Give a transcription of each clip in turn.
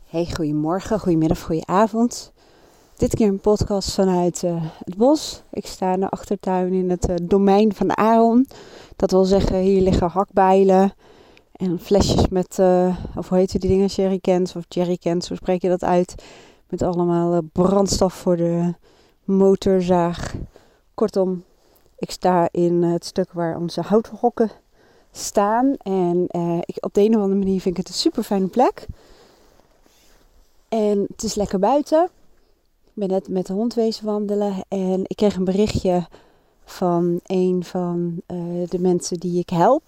Hey, goedemorgen, goedemiddag, goedenavond. Dit keer een podcast vanuit het bos. Ik sta in de achtertuin in het domein van de Aron. Dat wil zeggen, hier liggen hakbijlen en flesjes met, of hoe heet die dingen, jerrycans, hoe spreek je dat uit? Met allemaal brandstof voor de motorzaag. Kortom, ik sta in het stuk waar onze houthokken staan. En op de een of andere manier vind ik het een super fijne plek. En het is lekker buiten. Ik ben net met de hond wezen wandelen. En ik kreeg een berichtje van een van de mensen die ik help.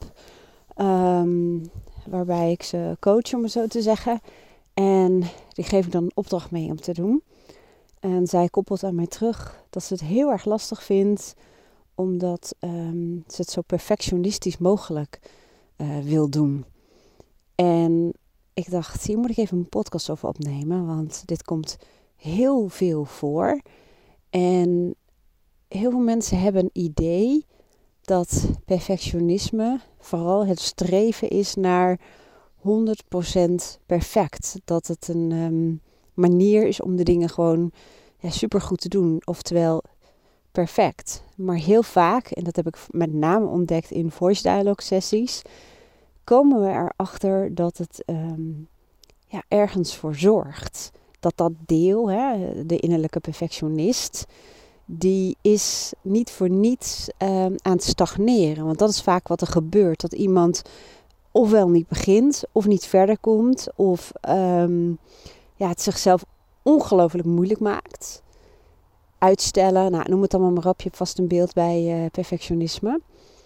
Waarbij ik ze coach, om het zo te zeggen. En die geef ik dan een opdracht mee om te doen. En zij koppelt aan mij terug dat ze het heel erg lastig vindt. Omdat ze het zo perfectionistisch mogelijk wil doen. En ik dacht, hier moet ik even een podcast over opnemen. Want dit komt heel veel voor. En heel veel mensen hebben een idee dat perfectionisme vooral het streven is naar 100% perfect. Dat het een manier is om de dingen gewoon supergoed te doen. Oftewel perfect. Maar heel vaak, en dat heb ik met name ontdekt in voice dialogue sessies, komen we erachter dat het ergens voor zorgt. Dat deel, de innerlijke perfectionist, die is niet voor niets aan het stagneren. Want dat is vaak wat er gebeurt. Dat iemand ofwel niet begint, of niet verder komt, of het zichzelf ongelooflijk moeilijk maakt. Uitstellen, noem het allemaal maar op. Je hebt vast een beeld bij perfectionisme.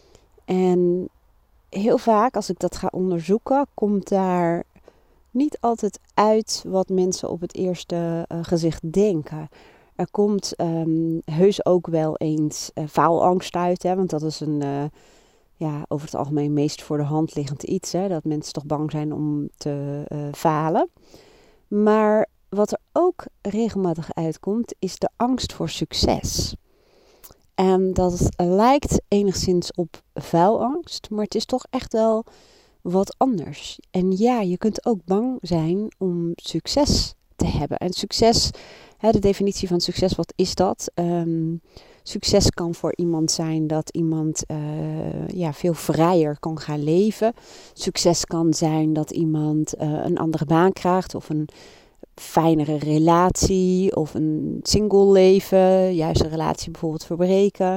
En heel vaak, als ik dat ga onderzoeken, komt daar niet altijd uit wat mensen op het eerste gezicht denken. Er komt heus ook wel eens faalangst uit. Want dat is een over het algemeen meest voor de hand liggend iets. Dat mensen toch bang zijn om te falen. Maar wat er ook regelmatig uitkomt, is de angst voor succes. En dat lijkt enigszins op faalangst, maar het is toch echt wel wat anders. En ja, je kunt ook bang zijn om succes te hebben. En succes, de definitie van succes, wat is dat? Succes kan voor iemand zijn dat iemand veel vrijer kan gaan leven. Succes kan zijn dat iemand een andere baan krijgt of een fijnere relatie of een single leven. Juist een relatie bijvoorbeeld verbreken.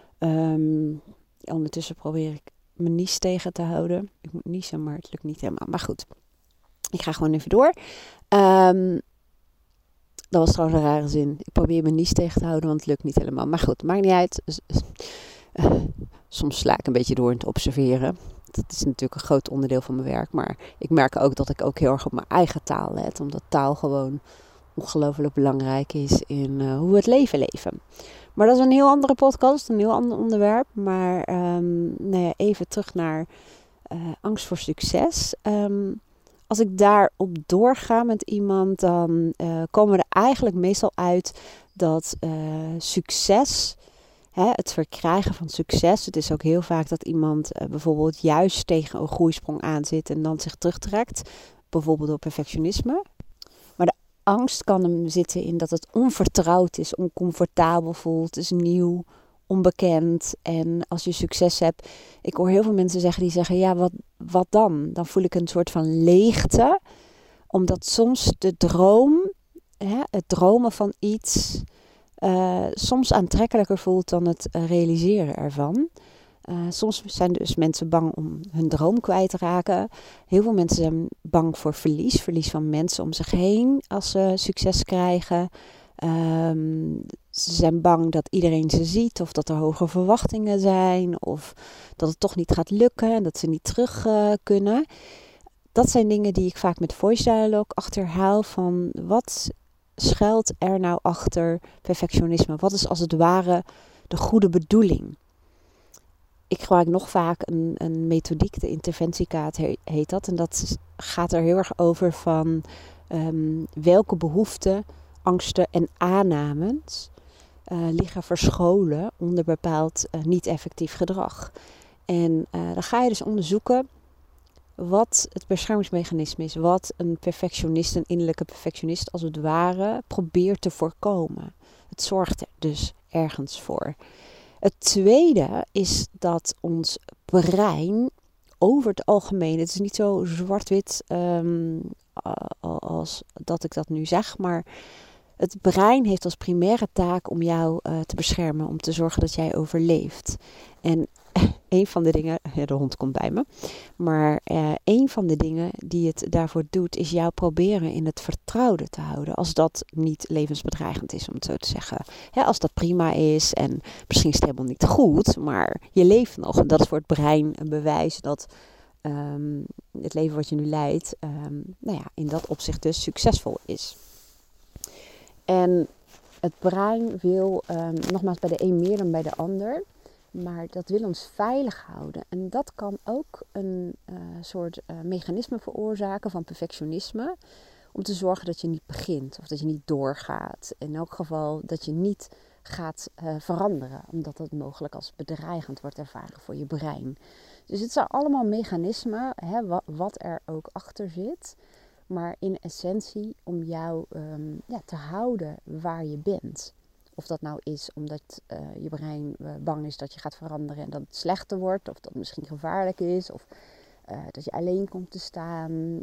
Ondertussen probeer ik mijn nies tegen te houden. Ik moet niezen, maar het lukt niet helemaal. Maar goed, ik ga gewoon even door. Dat was trouwens een rare zin. Ik probeer mijn nies tegen te houden, want het lukt niet helemaal. Maar goed, maakt niet uit. Soms sla ik een beetje door in het observeren. Dat is natuurlijk een groot onderdeel van mijn werk. Maar ik merk ook dat ik ook heel erg op mijn eigen taal let. Omdat taal gewoon ongelooflijk belangrijk is in hoe we het leven. Maar dat is een heel andere podcast, een heel ander onderwerp. Maar even terug naar angst voor succes. Als ik daarop doorga met iemand, dan komen we er eigenlijk meestal uit dat succes, het verkrijgen van succes, het is ook heel vaak dat iemand bijvoorbeeld juist tegen een groeisprong aan zit en dan zich terugtrekt, bijvoorbeeld door perfectionisme. Maar de angst kan hem zitten in dat het onvertrouwd is, oncomfortabel voelt, is nieuw, onbekend. En als je succes hebt, ik hoor heel veel mensen die zeggen, ja, wat dan? Dan voel ik een soort van leegte, omdat soms de droom, het dromen van iets, soms aantrekkelijker voelt dan het realiseren ervan. Soms zijn dus mensen bang om hun droom kwijt te raken. Heel veel mensen zijn bang voor verlies van mensen om zich heen als ze succes krijgen. Ze zijn bang dat iedereen ze ziet of dat er hoge verwachtingen zijn of dat het toch niet gaat lukken en dat ze niet terug kunnen. Dat zijn dingen die ik vaak met voice dialogue achterhaal van wat schuilt er nou achter perfectionisme? Wat is als het ware de goede bedoeling? Ik gebruik nog vaak een methodiek, de interventiekaart heet dat. En dat gaat er heel erg over van welke behoeften, angsten en aannames liggen verscholen onder bepaald niet effectief gedrag. En dan ga je dus onderzoeken wat het beschermingsmechanisme is. Wat een perfectionist, een innerlijke perfectionist als het ware, probeert te voorkomen. Het zorgt er dus ergens voor. Het tweede is dat ons brein over het algemeen, het is niet zo zwart-wit als dat ik dat nu zeg, maar het brein heeft als primaire taak om jou te beschermen, om te zorgen dat jij overleeft. En een van de dingen, ja, de hond komt bij me, maar een van de dingen die het daarvoor doet, is jou proberen in het vertrouwde te houden. Als dat niet levensbedreigend is, om het zo te zeggen. Ja, als dat prima is en misschien is het helemaal niet goed, maar je leeft nog. En dat is voor het brein een bewijs dat het leven wat je nu leidt, in dat opzicht dus succesvol is. En het brein wil, nogmaals bij de een meer dan bij de ander, maar dat wil ons veilig houden. En dat kan ook een soort mechanisme veroorzaken van perfectionisme. Om te zorgen dat je niet begint of dat je niet doorgaat. In elk geval dat je niet gaat veranderen. Omdat dat mogelijk als bedreigend wordt ervaren voor je brein. Dus het zijn allemaal mechanismen, wat er ook achter zit. Maar in essentie om jou te houden waar je bent. Of dat nou is omdat je brein bang is dat je gaat veranderen en dat het slechter wordt. Of dat het misschien gevaarlijk is. Of dat je alleen komt te staan.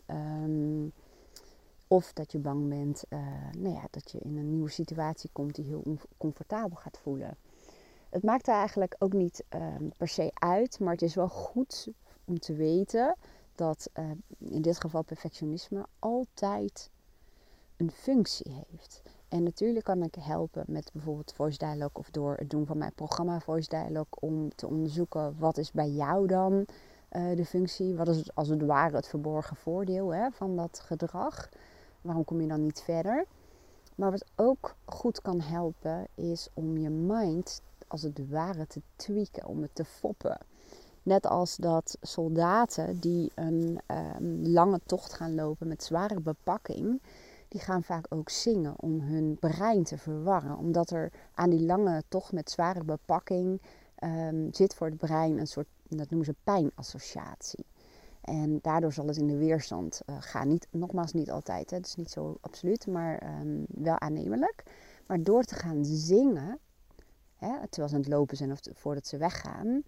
Of dat je bang bent dat je in een nieuwe situatie komt die heel oncomfortabel gaat voelen. Het maakt er eigenlijk ook niet per se uit. Maar het is wel goed om te weten dat in dit geval perfectionisme altijd een functie heeft. En natuurlijk kan ik helpen met bijvoorbeeld Voice Dialogue of door het doen van mijn programma Voice Dialogue om te onderzoeken wat is bij jou dan de functie. Wat is het, als het ware het verborgen voordeel van dat gedrag. Waarom kom je dan niet verder? Maar wat ook goed kan helpen is om je mind als het ware te tweaken, om het te foppen. Net als dat soldaten die een lange tocht gaan lopen met zware bepakking, die gaan vaak ook zingen om hun brein te verwarren. Omdat er aan die lange tocht met zware bepakking zit voor het brein een soort, dat noemen ze pijnassociatie. En daardoor zal het in de weerstand gaan. Nogmaals, niet altijd, het is niet zo absoluut, maar wel aannemelijk. Maar door te gaan zingen, terwijl ze aan het lopen zijn of voordat ze weggaan,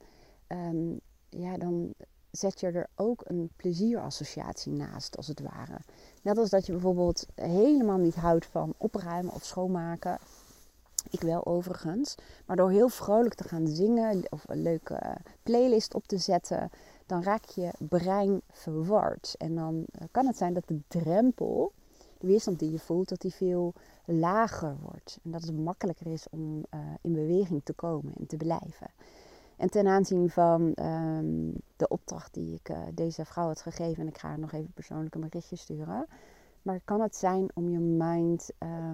dan zet je er ook een plezierassociatie naast, als het ware. Net als dat je bijvoorbeeld helemaal niet houdt van opruimen of schoonmaken. Ik wel overigens. Maar door heel vrolijk te gaan zingen of een leuke playlist op te zetten, dan raak je brein verward. En dan kan het zijn dat de drempel, de weerstand die je voelt, dat die veel lager wordt. En dat het makkelijker is om in beweging te komen en te blijven. En ten aanzien van de opdracht die ik deze vrouw had gegeven, en ik ga haar nog even persoonlijk een berichtje sturen. Maar kan het zijn om je mind,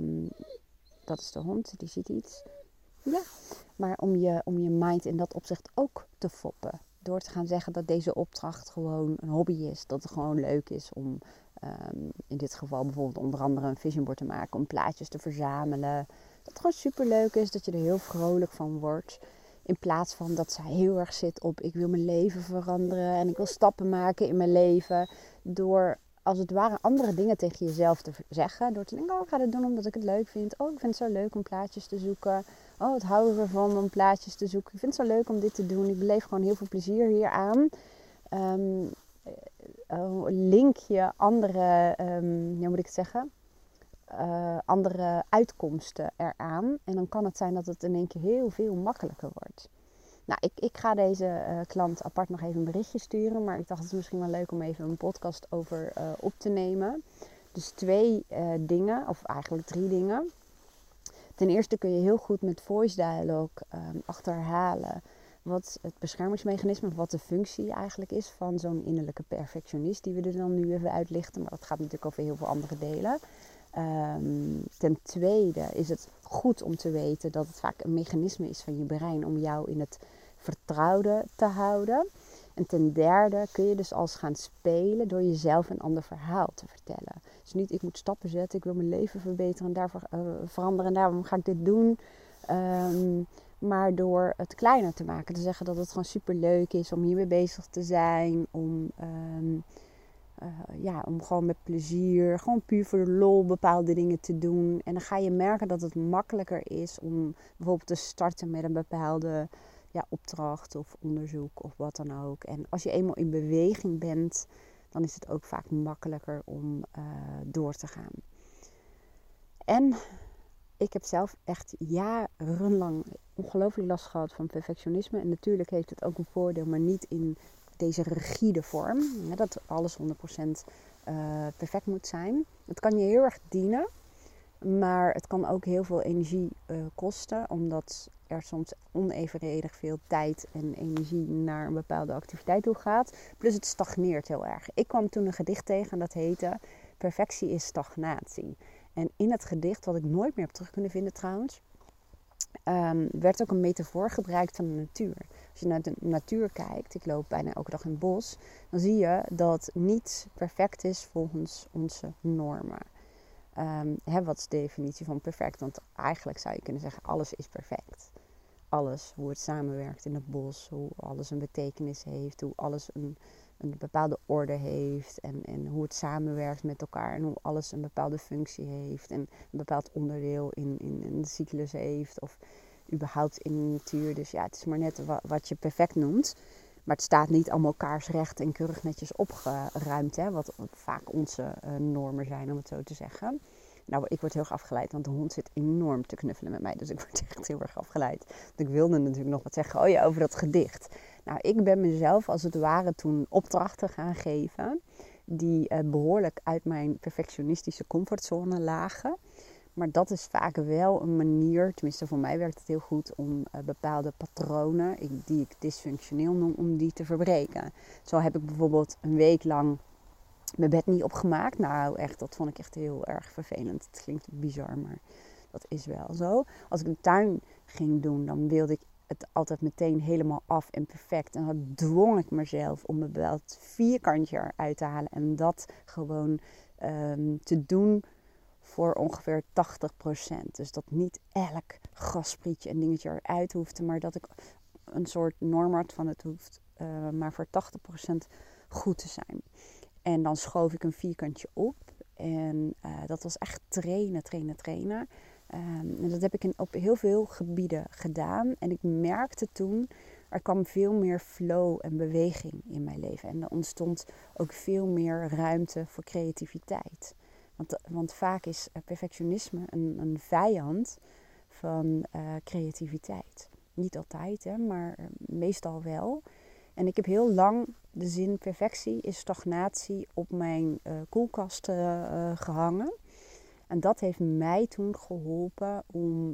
dat is de hond, die ziet iets. Ja, maar om je mind in dat opzicht ook te foppen. Door te gaan zeggen dat deze opdracht gewoon een hobby is. Dat het gewoon leuk is om in dit geval bijvoorbeeld onder andere een vision board te maken. Om plaatjes te verzamelen. Dat het gewoon super leuk is, dat je er heel vrolijk van wordt. In plaats van dat zij heel erg zit op ik wil mijn leven veranderen en ik wil stappen maken in mijn leven. Door als het ware andere dingen tegen jezelf te zeggen. Door te denken, ik ga dit doen omdat ik het leuk vind. Ik vind het zo leuk om plaatjes te zoeken. Het houden ervan om plaatjes te zoeken. Ik vind het zo leuk om dit te doen. Ik beleef gewoon heel veel plezier hier aan. Link je andere, hoe moet ik het zeggen? Andere uitkomsten eraan. En dan kan het zijn dat het in één keer heel veel makkelijker wordt. Nou, ik ga deze klant apart nog even een berichtje sturen. Maar ik dacht het is misschien wel leuk om even een podcast over op te nemen. Dus 2 dingen, of eigenlijk 3 dingen. Ten eerste kun je heel goed met Voice Dialogue achterhalen wat het beschermingsmechanisme, wat de functie eigenlijk is van zo'n innerlijke perfectionist. Die we er dan nu even uitlichten. Maar dat gaat natuurlijk over heel veel andere delen. Ten tweede is het goed om te weten dat het vaak een mechanisme is van je brein om jou in het vertrouwde te houden. En ten derde kun je dus als gaan spelen door jezelf een ander verhaal te vertellen. Dus niet ik moet stappen zetten, ik wil mijn leven verbeteren en daarvoor veranderen en daarom ga ik dit doen. Maar door het kleiner te maken. Te zeggen dat het gewoon super leuk is om hiermee bezig te zijn. Om gewoon met plezier, gewoon puur voor de lol bepaalde dingen te doen. En dan ga je merken dat het makkelijker is om bijvoorbeeld te starten met een bepaalde opdracht of onderzoek of wat dan ook. En als je eenmaal in beweging bent, dan is het ook vaak makkelijker om door te gaan. En ik heb zelf echt jarenlang ongelooflijk last gehad van perfectionisme. En natuurlijk heeft het ook een voordeel, maar niet in deze rigide vorm. Dat alles 100% perfect moet zijn. Het kan je heel erg dienen. Maar het kan ook heel veel energie kosten. Omdat er soms onevenredig veel tijd en energie naar een bepaalde activiteit toe gaat. Plus het stagneert heel erg. Ik kwam toen een gedicht tegen en dat heette Perfectie is stagnatie. En in het gedicht, wat ik nooit meer heb terug kunnen vinden trouwens, werd ook een metafoor gebruikt van de natuur. Als je naar de natuur kijkt, ik loop bijna elke dag in het bos, dan zie je dat niets perfect is volgens onze normen. Wat is de definitie van perfect? Want eigenlijk zou je kunnen zeggen, alles is perfect. Alles, hoe het samenwerkt in het bos, hoe alles een betekenis heeft, hoe alles een bepaalde orde heeft en hoe het samenwerkt met elkaar en hoe alles een bepaalde functie heeft en een bepaald onderdeel in de cyclus heeft of überhaupt in de natuur. Dus ja, het is maar net wat je perfect noemt. Maar het staat niet allemaal kaarsrecht en keurig netjes opgeruimd, wat vaak onze normen zijn, om het zo te zeggen. Nou, ik word heel erg afgeleid, want de hond zit enorm te knuffelen met mij. Dus ik word echt heel erg afgeleid. Want ik wilde natuurlijk nog wat zeggen over dat gedicht. Nou, ik ben mezelf als het ware toen opdrachten gaan geven die behoorlijk uit mijn perfectionistische comfortzone lagen. Maar dat is vaak wel een manier, tenminste voor mij werkt het heel goed, om bepaalde patronen, die ik dysfunctioneel noem, om die te verbreken. Zo heb ik bijvoorbeeld een week lang mijn bed niet opgemaakt. Nou echt, dat vond ik echt heel erg vervelend. Het klinkt bizar, maar dat is wel zo. Als ik de tuin ging doen, dan wilde ik het altijd meteen helemaal af en perfect. En dan dwong ik mezelf om een bepaald vierkantje eruit te halen. En dat gewoon te doen voor ongeveer 80%. Dus dat niet elk grassprietje en dingetje eruit hoefde. Maar dat ik een soort norm had van het hoeft maar voor 80% goed te zijn. En dan schoof ik een vierkantje op. En dat was echt trainen. En dat heb ik op heel veel gebieden gedaan. En ik merkte toen, er kwam veel meer flow en beweging in mijn leven. En er ontstond ook veel meer ruimte voor creativiteit. Want vaak is perfectionisme een vijand van creativiteit. Niet altijd, maar meestal wel. En ik heb heel lang de zin perfectie is stagnatie op mijn koelkast gehangen. En dat heeft mij toen geholpen om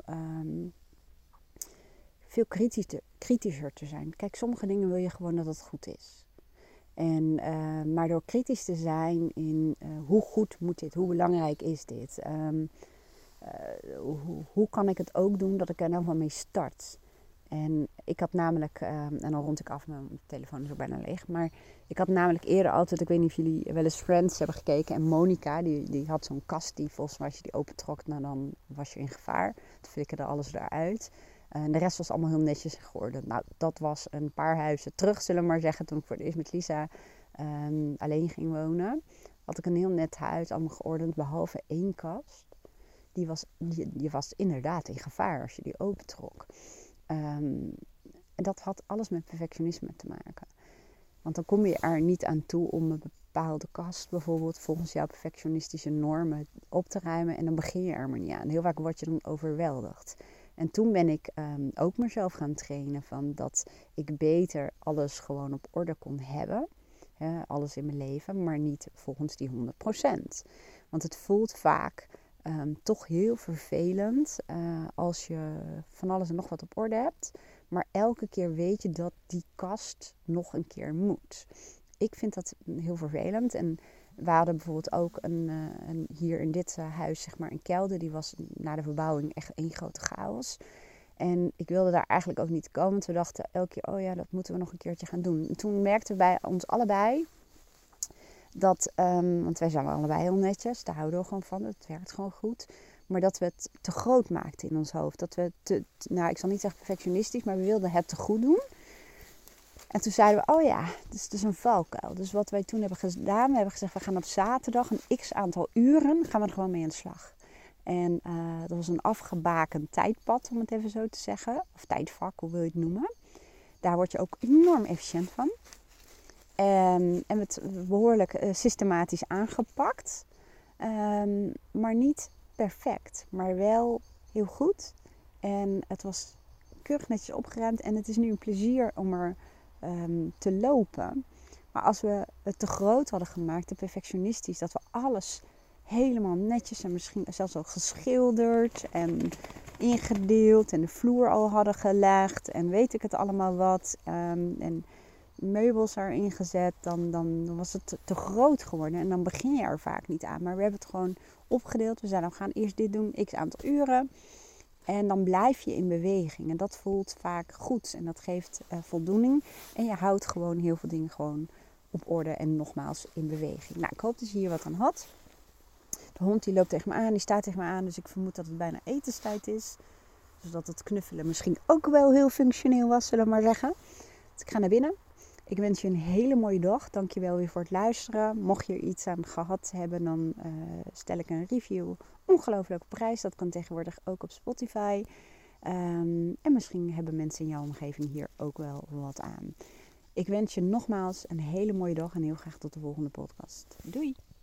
veel kritischer te zijn. Kijk, sommige dingen wil je gewoon dat het goed is. Maar door kritisch te zijn in hoe goed moet dit, hoe belangrijk is dit, hoe kan ik het ook doen dat ik er nou van mee start. En ik had namelijk, en dan rond ik af, mijn telefoon is ook bijna leeg. Maar ik had namelijk eerder altijd, ik weet niet of jullie wel eens Friends hebben gekeken. En Monica, die had zo'n kast die volgens mij als je die opentrok, nou dan was je in gevaar. Toen flikkerde alles eruit. En de rest was allemaal heel netjes geordend. Nou, dat was een paar huizen terug, zullen we maar zeggen. Toen ik voor het eerst met Lisa alleen ging wonen, had ik een heel net huis, allemaal geordend, behalve één kast. Die was inderdaad in gevaar als je die opentrok. En dat had alles met perfectionisme te maken. Want dan kom je er niet aan toe om een bepaalde kast bijvoorbeeld volgens jouw perfectionistische normen op te ruimen. En dan begin je er maar niet aan. Heel vaak word je dan overweldigd. En toen ben ik ook mezelf gaan trainen van dat ik beter alles gewoon op orde kon hebben. Alles in mijn leven, maar niet volgens die 100%. Want het voelt vaak toch heel vervelend als je van alles en nog wat op orde hebt. Maar elke keer weet je dat die kast nog een keer moet. Ik vind dat heel vervelend. En we hadden bijvoorbeeld ook hier in dit huis zeg maar een kelder. Die was na de verbouwing echt één grote chaos. En ik wilde daar eigenlijk ook niet komen. Want we dachten elke keer, dat moeten we nog een keertje gaan doen. En toen merkten we bij ons allebei Want wij zijn allebei heel netjes, daar houden we gewoon van. Het werkt gewoon goed. Maar dat we het te groot maakten in ons hoofd. Dat we ik zal niet zeggen perfectionistisch, maar we wilden het te goed doen. En toen zeiden we, oh ja, het is dus een valkuil. Dus wat wij toen hebben gedaan, we hebben gezegd, we gaan op zaterdag een x aantal uren, gaan we er gewoon mee aan de slag. En dat was een afgebakend tijdpad, om het even zo te zeggen. Of tijdvak, hoe wil je het noemen. Daar word je ook enorm efficiënt van. En het behoorlijk systematisch aangepakt. Maar niet perfect, maar wel heel goed. En het was keurig netjes opgeruimd. En het is nu een plezier om er te lopen. Maar als we het te groot hadden gemaakt, te perfectionistisch, dat we alles helemaal netjes en misschien zelfs al geschilderd en ingedeeld en de vloer al hadden gelegd en weet ik het allemaal wat, en meubels erin gezet, dan was het te groot geworden en dan begin je er vaak niet aan. Maar we hebben het gewoon opgedeeld. We zeiden, we gaan eerst dit doen, x aantal uren. En dan blijf je in beweging. En dat voelt vaak goed. En dat geeft voldoening. En je houdt gewoon heel veel dingen gewoon op orde. En nogmaals in beweging. Nou, ik hoop dat je hier wat aan had. De hond die loopt tegen me aan. Die staat tegen me aan. Dus ik vermoed dat het bijna etenstijd is. Dus dat het knuffelen misschien ook wel heel functioneel was. Zullen we maar zeggen. Dus ik ga naar binnen. Ik wens je een hele mooie dag. Dankjewel weer voor het luisteren. Mocht je er iets aan gehad hebben, dan stel ik een review. Ongelooflijk op prijs. Dat kan tegenwoordig ook op Spotify. En misschien hebben mensen in jouw omgeving hier ook wel wat aan. Ik wens je nogmaals een hele mooie dag en heel graag tot de volgende podcast. Doei!